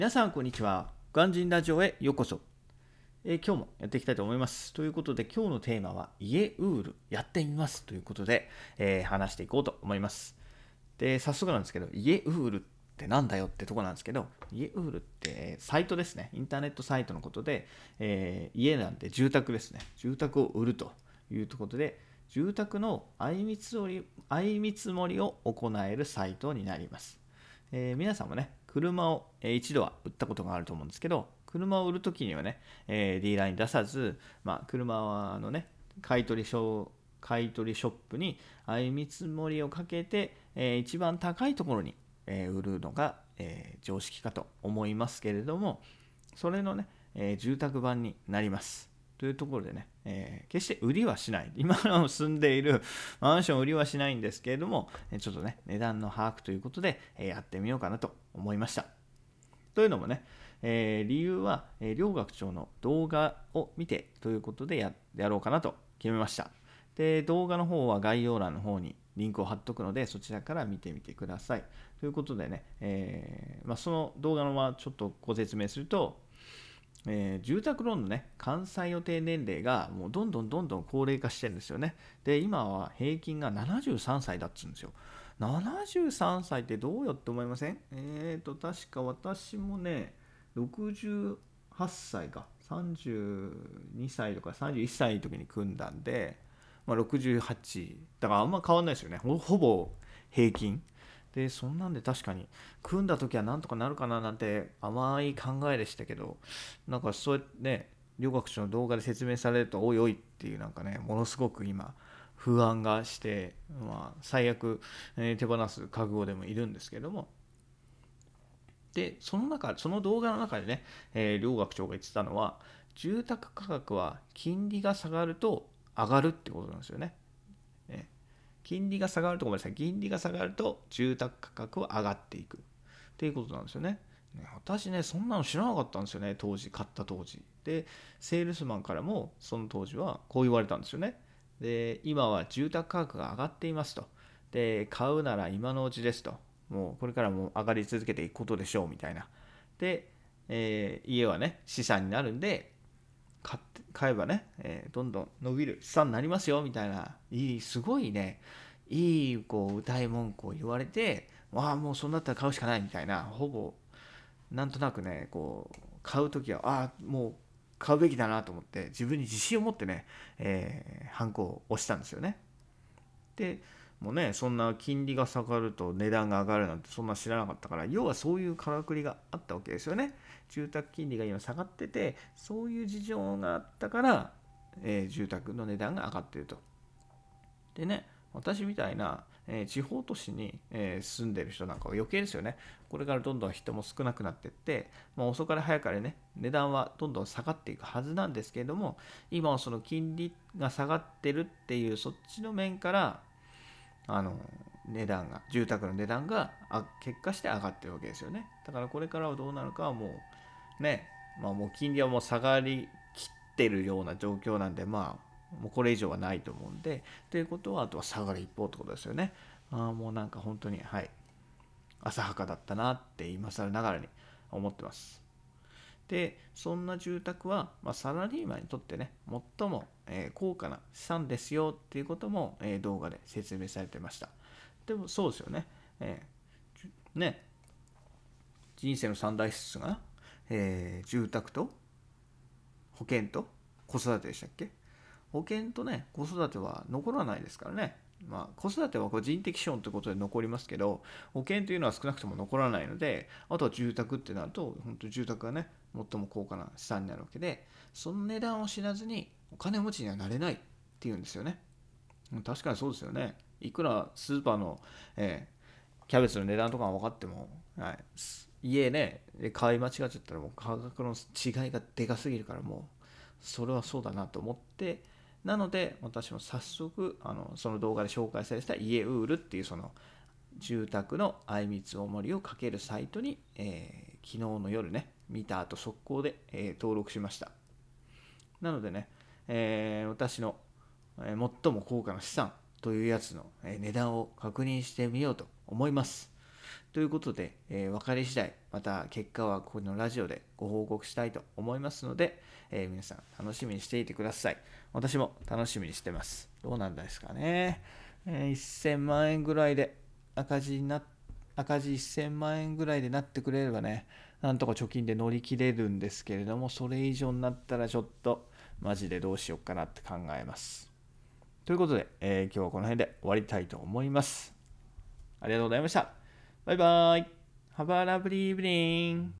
皆さんこんにちは。ガンジンラジオへようこそ。今日もやっていきたいと思います。ということで今日のテーマは家ウールやってみますということで、話していこうと思います。で、早速なんですけど、家ウールってなんだよってとこなんですけど、家ウールってサイトですね。インターネットサイトのことで、家なんて住宅ですね。住宅を売るというところで、住宅の相見積もりを行えるサイトになります。皆さんもね、車を、一度は売ったことがあると思うんですけど、車を売るときにはね、ディーラーに出さず、車のね、買取ショップに相見積もりをかけて、一番高いところに、売るのが、常識かと思いますけれども、それのね、住宅版になります。というところでね、決して売りはしない。今の住んでいるマンション売りはしないんですけれども、ちょっとね、値段の把握ということで、やってみようかなと思いました。というのもね、理由は、両学長の動画を見てということでやろうかなと決めました。で、動画の方は概要欄の方にリンクを貼っとくので、そちらから見てみてください。ということでね、その動画のちょっとご説明すると、住宅ローンのね、完済予定年齢がもうどんどん高齢化してるんですよね。で、今は平均が73歳だっつうんですよ。73歳ってどうよって思いません？確か私もね、68歳か、32歳とか31歳の時に組んだんで、68、だからあんま変わんないですよね。ほぼ平均。で、そんなんで確かに、組んだ時はなんとかなるかななんて甘い考えでしたけど、なんかそうやってね、両学長の動画で説明されると、おいおいっていうなんかね、ものすごく今、不安がして、最悪、手放す覚悟でもいるんですけども、で、その動画の中でね、両学長が言ってたのは、住宅価格は金利が下がると上がるってことなんですよね。金利が下がると、ごめんなさい、金利が下がると住宅価格は上がっていくっていうことなんですよね。私ね、そんなの知らなかったんですよね、買った当時。で、セールスマンからもその当時はこう言われたんですよね。で、今は住宅価格が上がっていますと。で、買うなら今のうちですと。もうこれからも上がり続けていくことでしょうみたいな。で、家はね、資産になるんで、買えばね、どんどん伸びる資産になりますよみたいな、すごいね、いいこう歌い文句を言われて、わあ、もうそんなったら買うしかないみたいな、ほぼなんとなくね、こう買うときは、もう買うべきだなと思って、自分に自信を持ってね、ハンコを押したんですよね。でもうね、そんな金利が下がると値段が上がるなんてそんな知らなかったから、要はそういうからくりがあったわけですよね。住宅金利が今下がってて、そういう事情があったから、住宅の値段が上がっていると。でね、私みたいな、地方都市に、住んでる人なんかは余計ですよね。これからどんどん人も少なくなっていって、遅かれ早かれね、値段はどんどん下がっていくはずなんですけれども、今はその金利が下がってるっていうそっちの面から、あの住宅の値段が結果して上がってるわけですよね。だからこれからはどうなるかはもうね、もう金利はもう下がりきってるような状況なんで、もうこれ以上はないと思うんで、ということはあとは下がる一方ってことですよね。もうなんか本当に浅はかだったなって今更ながらに思ってます。で、そんな住宅は、サラリーマンにとってね、最も、高価な資産ですよっていうことも、動画で説明されてました。でもそうですよね。ね、人生の三大支出が、住宅と保険と子育てでしたっけ？保険とね、子育ては残らないですからね。子育ては個人的資本ということで残りますけど、保険というのは少なくとも残らないので、あとは住宅ってなると、本当に住宅がね、最も高価な資産になるわけで、その値段を知らずにお金持ちにはなれないっていうんですよね。確かにそうですよね。いくらスーパーの、キャベツの値段とかが分かっても、家ね、買い間違っちゃったらもう価格の違いがでかすぎるからもう、それはそうだなと思って、なので私も早速その動画で紹介されてた家ウールっていうその住宅の相見積もりをかけるサイトに、昨日の夜ね、見た後速攻で、登録しました。なのでね、私の最も高価な資産というやつの値段を確認してみようと思います。 ということで、分かり次第、また結果はこのラジオでご報告したいと思いますので、皆さん楽しみにしていてください。私も楽しみにしてます。どうなんですかね。1000万円ぐらいで赤字1000万円ぐらいでなってくれればね、なんとか貯金で乗り切れるんですけれども、それ以上になったらちょっとマジでどうしようかなって考えます。ということで、今日はこの辺で終わりたいと思います。ありがとうございました。バイバイ。Have a lovely evening.